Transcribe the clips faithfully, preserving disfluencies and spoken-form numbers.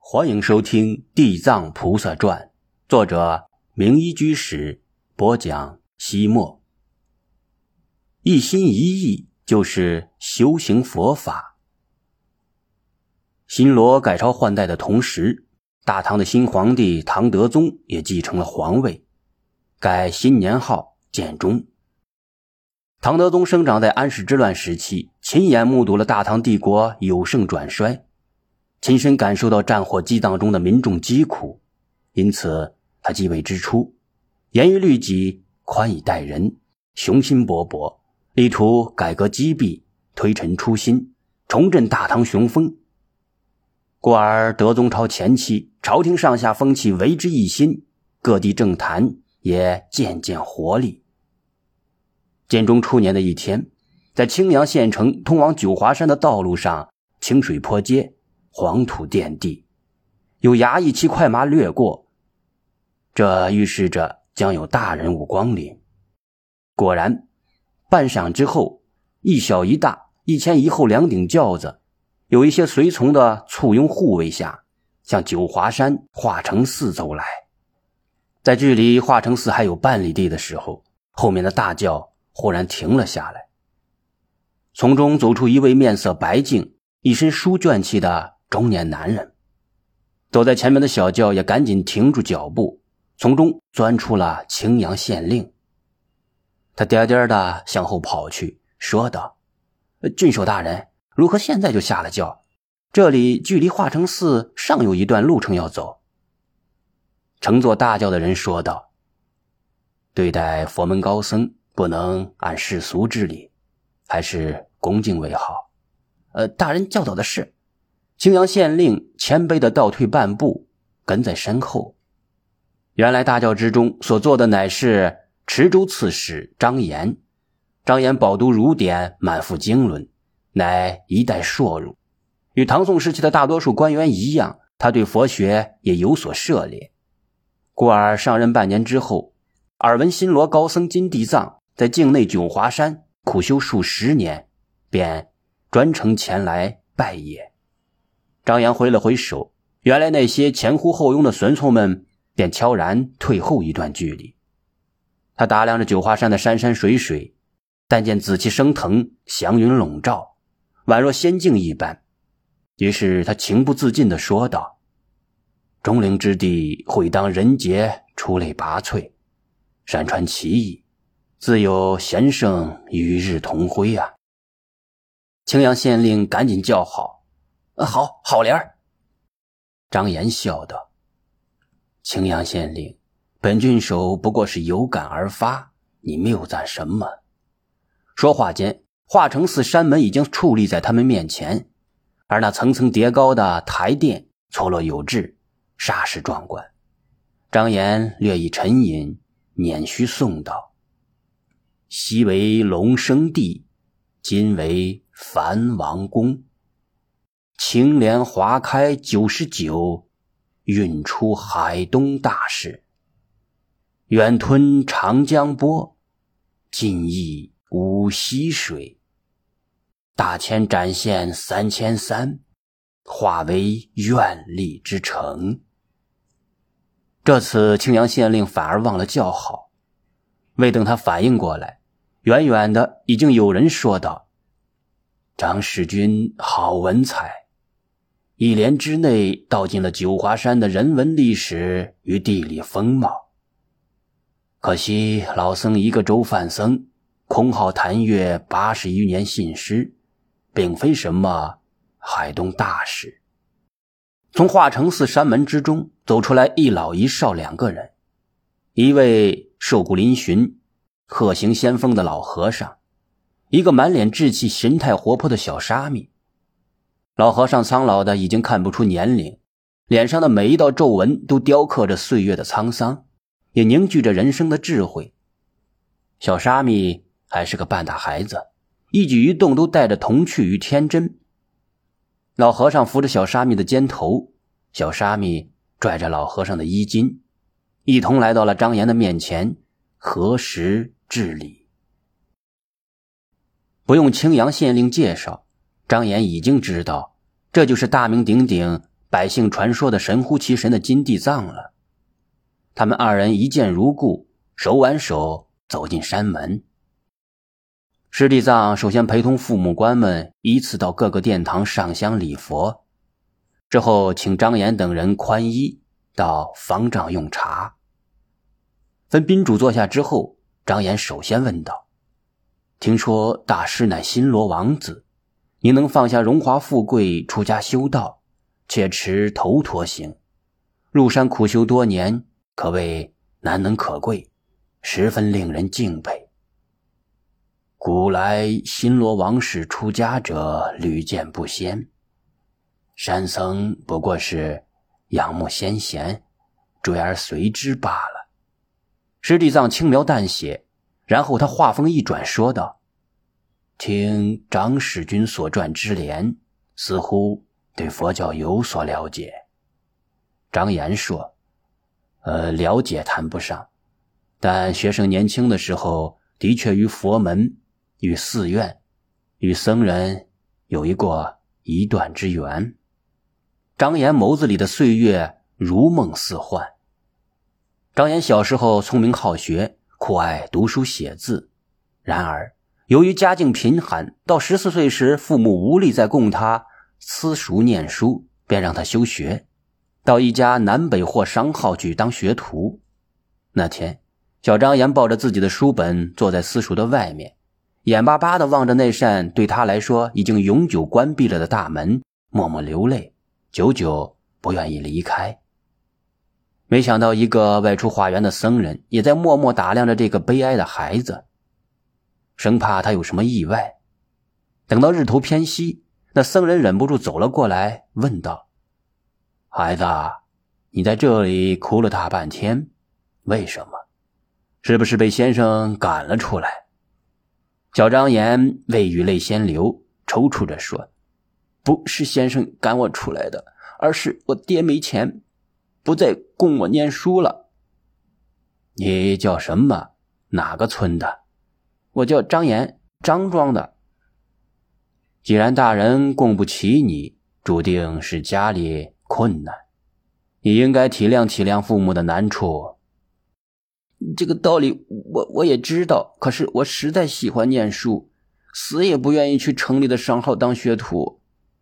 欢迎收听《地藏菩萨传》，作者明一居士播讲西莫。一心一意就是修行佛法。新罗改朝换代的同时，大唐的新皇帝唐德宗也继承了皇位，改新年号建中。唐德宗生长在安史之乱时期，亲眼目睹了大唐帝国由盛转衰，亲身感受到战火激荡中的民众疾苦，因此他继位之初，严于律己，宽以待人，雄心勃勃，力图改革积弊，推陈出新，重振大唐雄风。故而德宗朝前期，朝廷上下风气为之一新，各地政坛也渐渐活力。建中初年的一天，在青阳县城通往九华山的道路上，清水坡街，黄土垫地，有衙役骑快马掠过，这预示着将有大人物光临。果然，半晌之后，一小一大，一前一后两顶轿子，有一些随从的簇拥护卫下，向九华山化成寺走来。在距离化成寺还有半里地的时候，后面的大轿忽然停了下来，从中走出一位面色白净、一身书卷气的中年男人。走在前面的小轿也赶紧停住脚步，从中钻出了青阳县令。他颠颠地向后跑去，说道：郡守大人，如何现在就下了轿？这里距离化成寺尚有一段路程要走。乘坐大轿的人说道：对待佛门高僧不能按世俗之礼，还是恭敬为好。呃，大人教导的是。青阳县令谦卑地倒退半步，跟在身后。原来大轿之中所坐的乃是池州刺史张炎。张炎饱读儒典，满腹经纶，乃一代硕儒。与唐宋时期的大多数官员一样，他对佛学也有所涉猎。故而上任半年之后，耳闻新罗高僧金地藏在境内九华山苦修数十年，便专程前来拜谒。张扬挥了挥手，原来那些前呼后拥的随从们便悄然退后一段距离。他打量着九华山的山山水水，但见紫气升腾，祥云笼罩，宛若仙境一般。于是他情不自禁地说道：中陵之地，会当人杰出类拔萃，山川奇异，自有贤圣与日同辉啊。青阳县令赶紧叫好：好，好莲儿。张炎笑道：青阳县令，本郡守不过是有感而发，你谬赞什么？说话间，化成寺山门已经矗立在他们面前，而那层层叠高的台殿错落有致，煞是壮观。张炎略一沉吟，捻须诵道：昔为龙生地，今为樊王宫，青莲华开九十九，运出海东大势。远吞长江波，近溢无溪水。大千展现三千三，化为愿力之城。这次青阳县令反而忘了叫好，未等他反应过来，远远的已经有人说道：张使君好文采，一年之内道尽了九华山的人文历史与地理风貌。可惜老僧一个州范僧，空号谭月八十余年信师，并非什么海东大事。从化成寺山门之中走出来一老一少两个人，一位瘦骨嶙峋、鹤行仙风的老和尚，一个满脸稚气、神态活泼的小沙弥。老和尚苍老的已经看不出年龄，脸上的每一道皱纹都雕刻着岁月的沧桑，也凝聚着人生的智慧。小沙弥还是个半大孩子，一举一动都带着童趣与天真。老和尚扶着小沙弥的肩头，小沙弥拽着老和尚的衣襟，一同来到了张炎的面前，合十致礼。不用青阳县令介绍，张炎已经知道，这就是大名鼎鼎百姓传说的神乎其神的金地藏了。他们二人一见如故，手挽手走进山门。师弟藏首先陪同父母官们依次到各个殿堂上香礼佛，之后请张岩等人宽衣到方丈用茶。分宾主坐下之后，张岩首先问道：听说大师乃新罗王子，你能放下荣华富贵出家修道，且持头陀行，入山苦修多年，可谓难能可贵，十分令人敬佩。古来新罗王室出家者屡见不鲜，山僧不过是仰慕先贤，追而随之罢了。师弟藏轻描淡写，然后他话锋一转说道：听张使君所传之言，似乎对佛教有所了解。张岩说：呃，了解谈不上，但学生年轻的时候的确与佛门、与寺院、与僧人有一过一段之缘。张岩眸子里的岁月如梦似幻。张岩小时候聪明好学，酷爱读书写字，然而由于家境贫寒，到十四岁时父母无力再供他私塾念书，便让他休学，到一家南北货商号去当学徒。那天小张岩抱着自己的书本坐在私塾的外面，眼巴巴地望着那扇对他来说已经永久关闭了的大门，默默流泪，久久不愿意离开。没想到一个外出化缘的僧人也在默默打量着这个悲哀的孩子，生怕他有什么意外。等到日头偏西，那僧人忍不住走了过来，问道：孩子，你在这里哭了大半天，为什么？是不是被先生赶了出来？小张岩未语泪先流，抽搐着说：不是先生赶我出来的，而是我爹没钱，不再供我念书了。你叫什么？哪个村的？我叫张岩，张庄的。既然大人供不起你，注定是家里困难，你应该体谅体谅父母的难处。这个道理我我也知道，可是我实在喜欢念书，死也不愿意去城里的商号当学徒。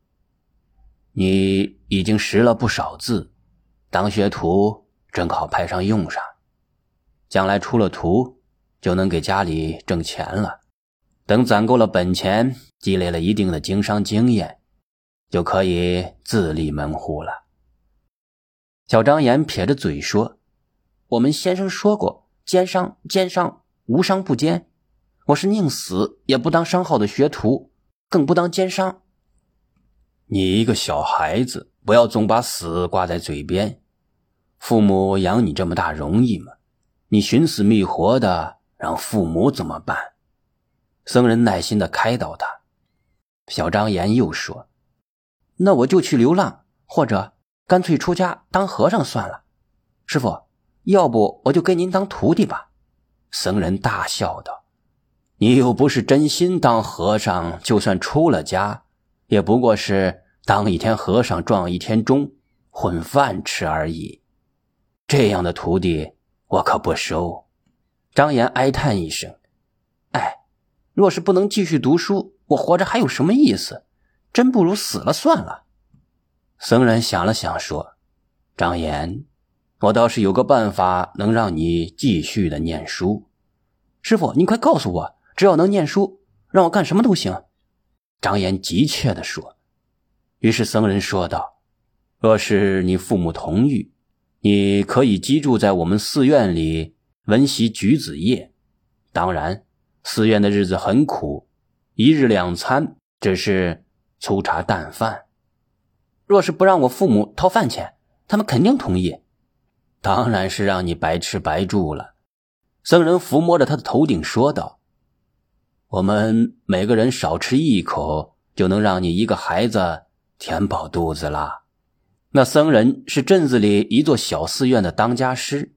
你已经识了不少字，当学徒正好派上用场，将来出了徒就能给家里挣钱了。等攒够了本钱，积累了一定的经商经验，就可以自立门户了。小张岩撇着嘴说：我们先生说过，奸商奸商，无商不奸，我是宁死也不当商号的学徒，更不当奸商。你一个小孩子，不要总把死挂在嘴边。父母养你这么大容易吗？你寻死觅活的让父母怎么办？僧人耐心地开导他。小张岩又说：那我就去流浪，或者干脆出家当和尚算了。师父，要不我就跟您当徒弟吧。僧人大笑道：你又不是真心当和尚，就算出了家，也不过是当一天和尚撞一天钟，混饭吃而已。这样的徒弟我可不收。张岩哀叹一声：哎，若是不能继续读书，我活着还有什么意思？真不如死了算了。僧人想了想说：张岩，我倒是有个办法能让你继续的念书。师父，您快告诉我，只要能念书，让我干什么都行。张岩急切地说。于是僧人说道：若是你父母同意，你可以居住在我们寺院里闻习橘子叶。当然寺院的日子很苦，一日两餐只是粗茶淡饭。若是不让我父母掏饭钱，他们肯定同意。当然是让你白吃白住了。僧人抚摸着他的头顶说道：我们每个人少吃一口，就能让你一个孩子填饱肚子啦。那僧人是镇子里一座小寺院的当家师，